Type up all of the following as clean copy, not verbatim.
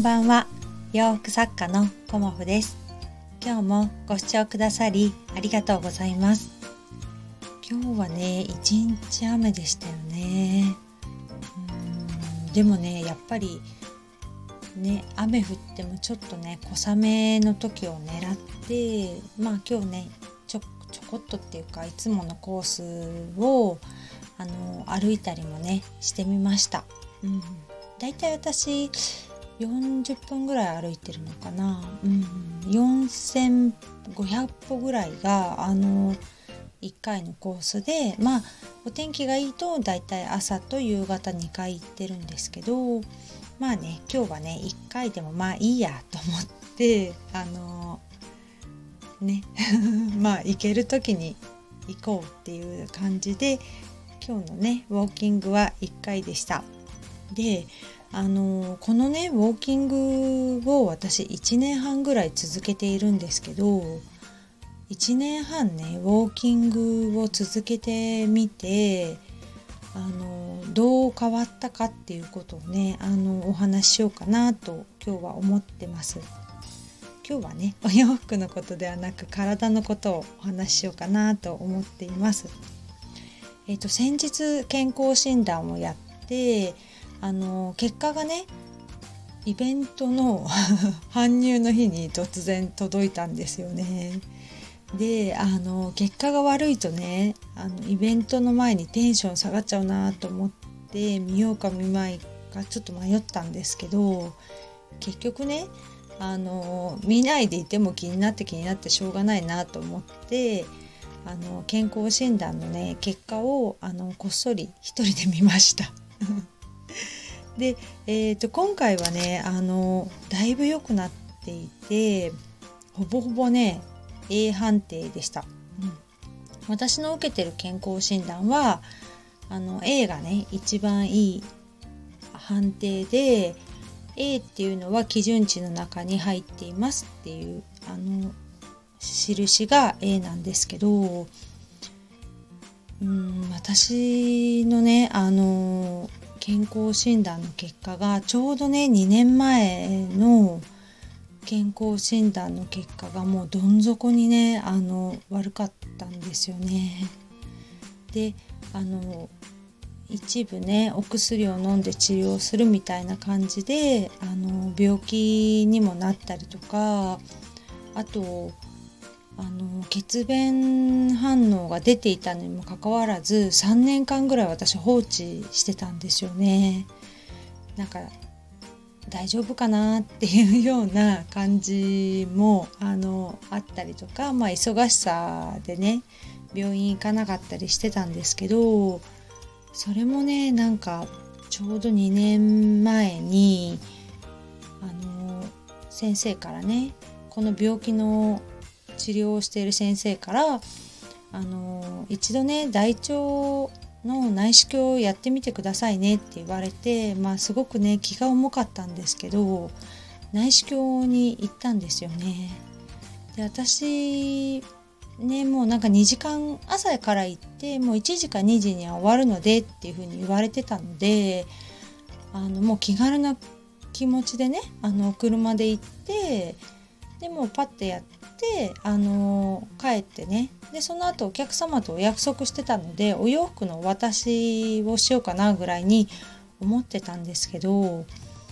ばんは。洋服作家のコモフです。今日もご視聴くださりありがとうございます。今日はね、一日雨でしたよね。でもね、やっぱりね、雨降ってもちょっとね、小雨の時を狙って、今日ね、ちょこっとっていうか、いつものコースを歩いたりもねしてみました。だいたい私40分ぐらい歩いてるのかな。4500歩ぐらいが1回のコースで、お天気がいいとだいたい朝と夕方2回行ってるんですけど、今日はね1回でもいいやと思って行ける時に行こうっていう感じで、今日のねウォーキングは1回でした。でこのねウォーキングを私1年半ぐらい続けているんですけど、1年半ねウォーキングを続けてみてどう変わったかっていうことをねお話ししようかなと今日は思ってます。今日はねお洋服のことではなく体のことをお話ししようかなと思っています。先日健康診断をやって結果がねイベントの搬入の日に突然届いたんですよね。で結果が悪いとねイベントの前にテンション下がっちゃうなと思って見ようか見まいかちょっと迷ったんですけど、結局ね見ないでいても気になってしょうがないなと思って健康診断のね結果をこっそり一人で見ましたで、今回はねだいぶ良くなっていて、ほぼほぼね A 判定でした。私の受けてる健康診断はA がね一番いい判定で、 A っていうのは基準値の中に入っていますっていう印が A なんですけど、私のね健康診断の結果がちょうどね2年前の健康診断の結果がもうどん底にね悪かったんですよね。で一部ねお薬を飲んで治療するみたいな感じで病気にもなったりとか、あと血便反応が出ていたのにもかかわらず3年間ぐらい私放置してたんですよね。なんか大丈夫かなっていうような感じもあったりとか、忙しさでね病院行かなかったりしてたんですけど、それもねなんかちょうど2年前に先生からね、この病気の治療をしている先生から一度ね大腸の内視鏡をやってみてくださいねって言われて、すごくね気が重かったんですけど内視鏡に行ったんですよね。で私ねもうなんか2時間朝から行ってもう1時か2時には終わるのでっていう風に言われてたのでもう気軽な気持ちでね車で行って、でもうパッてやって帰ってね、でその後お客様とお約束してたのでお洋服のお渡しをしようかなぐらいに思ってたんですけど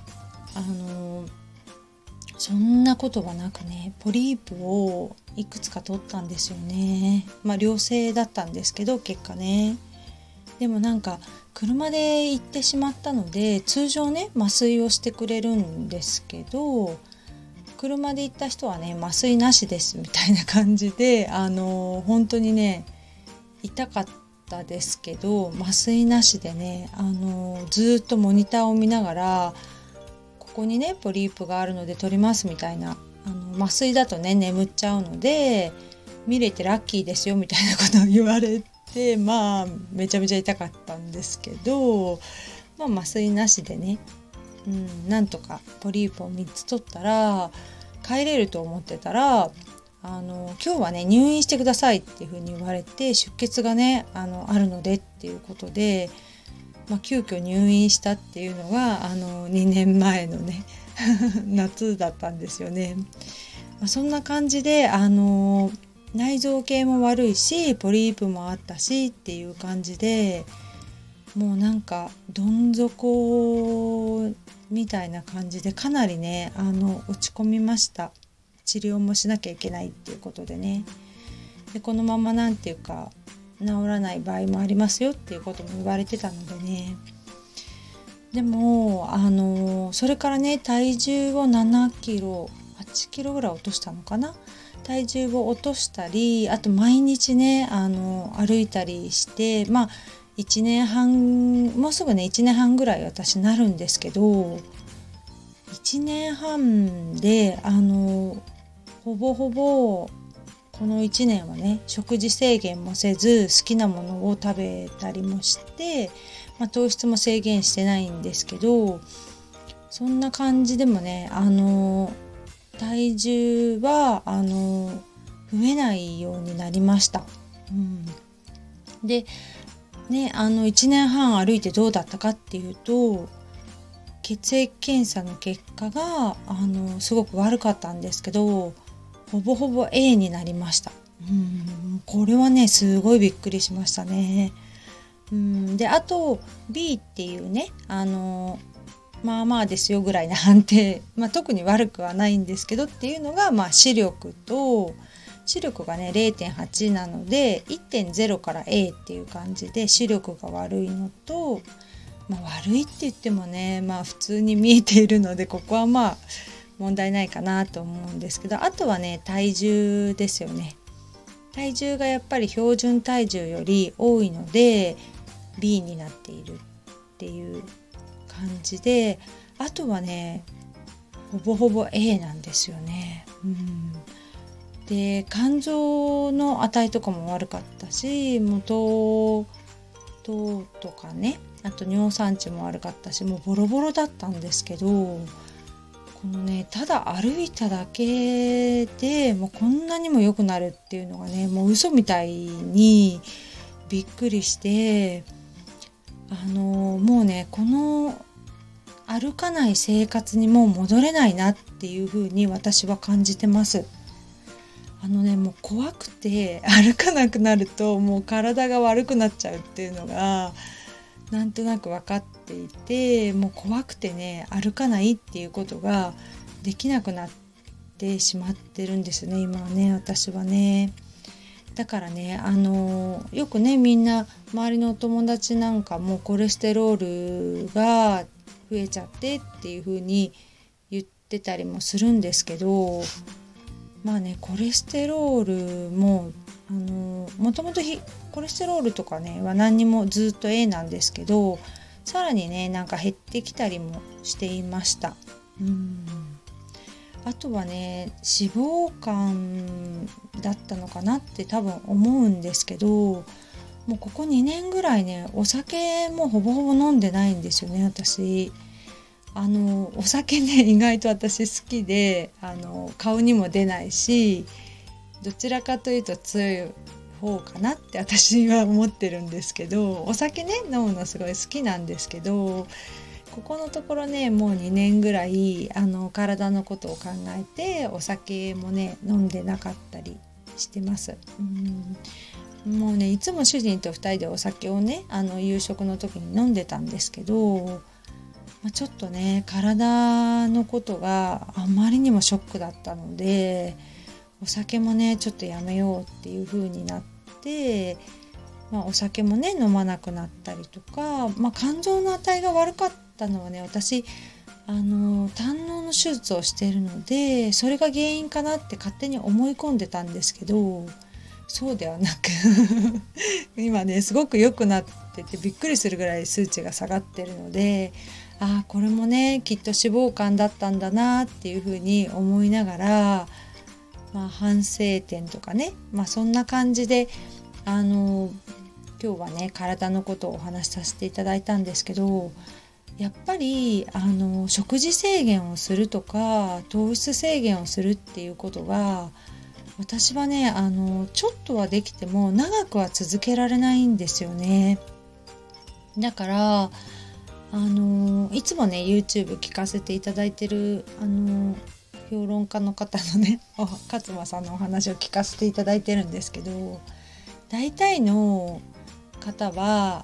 そんなことはなくねポリープをいくつか取ったんですよね。良性だったんですけど結果ね。でもなんか車で行ってしまったので通常ね麻酔をしてくれるんですけど、車で行った人はね麻酔なしですみたいな感じで本当にね痛かったですけど麻酔なしでねずっとモニターを見ながら、ここにねポリープがあるので取りますみたいな、麻酔だとね眠っちゃうので見れてラッキーですよみたいなことを言われて、めちゃめちゃ痛かったんですけど、麻酔なしでねなんとかポリープを3つ取ったら帰れると思ってたら今日はね入院してくださいっていう風に言われて、出血がねあるのでっていうことで、急遽入院したっていうのが2年前のね夏だったんですよね。そんな感じで内臓系も悪いしポリープもあったしっていう感じで、もうなんかどん底みたいな感じでかなりね落ち込みました。治療もしなきゃいけないっていうことでね。でこのままなんていうか治らない場合もありますよっていうことも言われてたのでね。でもそれからね体重を7キロ8キロぐらい落としたのかな。体重を落としたり、あと毎日ね歩いたりして、1年半もうすぐね1年半ぐらい私なるんですけど、1年半でほぼほぼこの1年はね食事制限もせず好きなものを食べたりもして、糖質も制限してないんですけど、そんな感じでもね体重は増えないようになりました。でね1年半歩いてどうだったかっていうと、血液検査の結果がすごく悪かったんですけど、ほぼほぼ A になりました。これはねすごいびっくりしましたね。であと B っていうねまあまあですよぐらいな判定、特に悪くはないんですけどっていうのが、視力がね 0.8 なので 1.0 から A っていう感じで視力が悪いのと、悪いって言ってもね普通に見えているのでここは問題ないかなと思うんですけど、あとはね体重ですよね。体重がやっぱり標準体重より多いので B になっているっていう感じで、あとはねほぼほぼ A なんですよね。で肝臓の値とかも悪かったし、糖とかね、あと尿酸値も悪かったし、もうボロボロだったんですけど、このねただ歩いただけでもうこんなにも良くなるっていうのがねもう嘘みたいにびっくりして、もうねこの歩かない生活にもう戻れないなっていう風に私は感じてます。もう怖くて歩かなくなるともう体が悪くなっちゃうっていうのがなんとなく分かっていて、もう怖くてね歩かないっていうことができなくなってしまってるんですね今はね、私はね。だからねよくねみんな周りのお友達なんかもコレステロールが増えちゃってっていう風に言ってたりもするんですけど、コレステロールももともとコレステロールとかねは何にもずっと A なんですけど、さらにねなんか減ってきたりもしていました。あとはね脂肪肝だったのかなって多分思うんですけど、もうここ2年ぐらいねお酒もほぼほぼ飲んでないんですよね私。お酒ね意外と私好きで顔にも出ないし、どちらかというと強い方かなって私は思ってるんですけど、お酒ね飲むのすごい好きなんですけど、ここのところねもう2年ぐらい体のことを考えてお酒もね飲んでなかったりしてます。もうねいつも主人と2人でお酒をね夕食の時に飲んでたんですけど、ちょっとね体のことがあまりにもショックだったのでお酒もねちょっとやめようっていう風になって、お酒もね飲まなくなったりとか、肝臓の値が悪かったのはね私胆のの手術をしているのでそれが原因かなって勝手に思い込んでたんですけど、そうではなく今ねすごく良くなっててびっくりするぐらい数値が下がってるので、これもねきっと脂肪肝だったんだなっていうふうに思いながら、反省点とかね、そんな感じで今日はね体のことをお話しさせていただいたんですけど、やっぱり食事制限をするとか糖質制限をするっていうことが私はねちょっとはできても長くは続けられないんですよね。だからいつもね YouTube 聞かせていただいてる評論家の方のね勝間さんのお話を聞かせていただいてるんですけど、大体の方は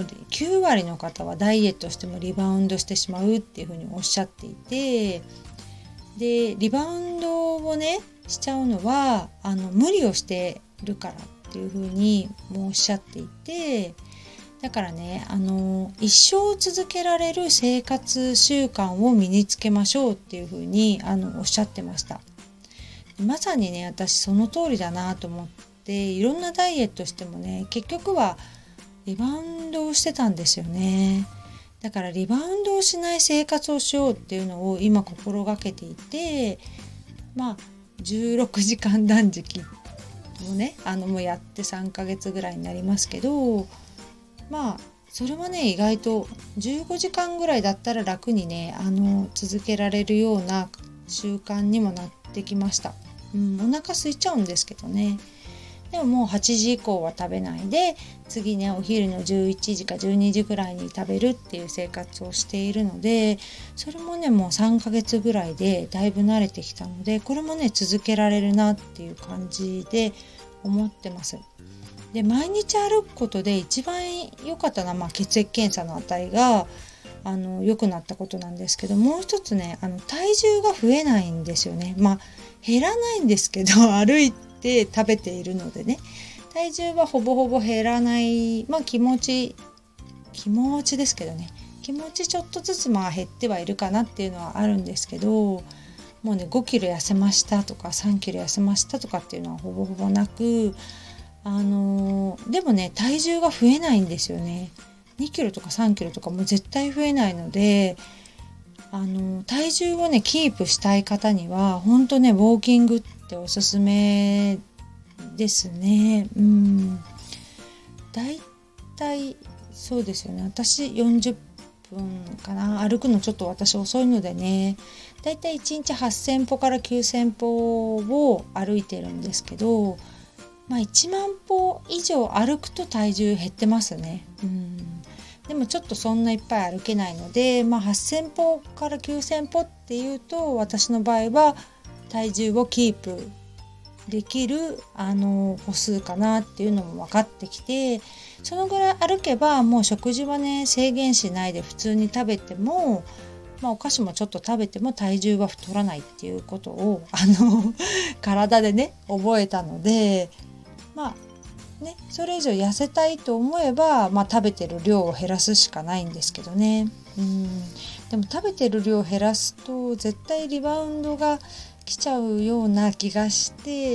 9割の方はダイエットしてもリバウンドしてしまうっていうふうにおっしゃっていて、でリバウンドをねしちゃうのは無理をしてるからっていうふうにもおっしゃっていて、だからね一生続けられる生活習慣を身につけましょうっていうふうにおっしゃってました。まさにね私その通りだなと思って、いろんなダイエットしてもね結局はリバウンドをしてたんですよね。だからリバウンドをしない生活をしようっていうのを今心がけていて、16時間断食もねもうやって3ヶ月ぐらいになりますけど、それはね意外と15時間ぐらいだったら楽にね続けられるような習慣にもなってきました。お腹空いちゃうんですけどね。でももう8時以降は食べないで、次ねお昼の11時か12時ぐらいに食べるっていう生活をしているので、それもねもう3ヶ月ぐらいでだいぶ慣れてきたので、これもね続けられるなっていう感じで思ってます。で毎日歩くことで一番良かったのは、血液検査の値が良くなったことなんですけど、もう一つね体重が増えないんですよね。減らないんですけど歩いて食べているのでね、体重はほぼほぼ減らない。気持ちですけどね、気持ちちょっとずつ減ってはいるかなっていうのはあるんですけど、もうね5キロ痩せましたとか3キロ痩せましたとかっていうのはほぼほぼなく、でもね体重が増えないんですよね。2キロとか3キロとかも絶対増えないので、体重をねキープしたい方には本当ねウォーキングっておすすめですね。だいたいそうですよね。私40分かな、歩くのちょっと私遅いのでね、だいたい1日8000歩から9000歩を歩いてるんですけど、1万歩以上歩くと体重減ってますね。でもちょっとそんないっぱい歩けないので、8000歩から9000歩っていうと私の場合は体重をキープできる歩数かなっていうのも分かってきて、そのぐらい歩けばもう食事はね制限しないで普通に食べても、お菓子もちょっと食べても体重は太らないっていうことを体でね覚えたので、それ以上痩せたいと思えば、食べてる量を減らすしかないんですけどね。でも食べてる量を減らすと絶対リバウンドが来ちゃうような気がして、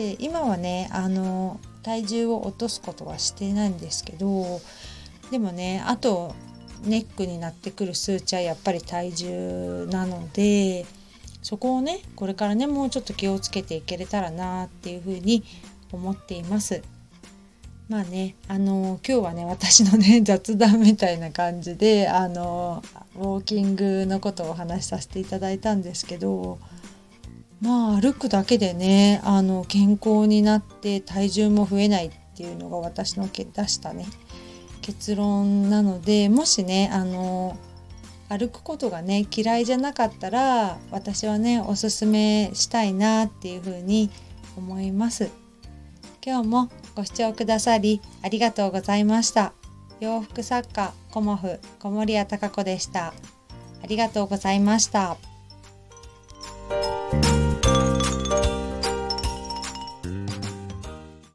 今はね体重を落とすことはしていないんですけど、でもねあとネックになってくる数値はやっぱり体重なので、そこをねこれからねもうちょっと気をつけていけれたらなっていうふうに思っています。今日はね私のね雑談みたいな感じでウォーキングのことをお話しさせていただいたんですけど、歩くだけでね健康になって体重も増えないっていうのが私の出したね結論なので、もしね歩くことがね嫌いじゃなかったら私はねおすすめしたいなっていうふうに思います。今日もご視聴くださりありがとうございました。洋服作家コモフ小森屋隆子でした。ありがとうございました。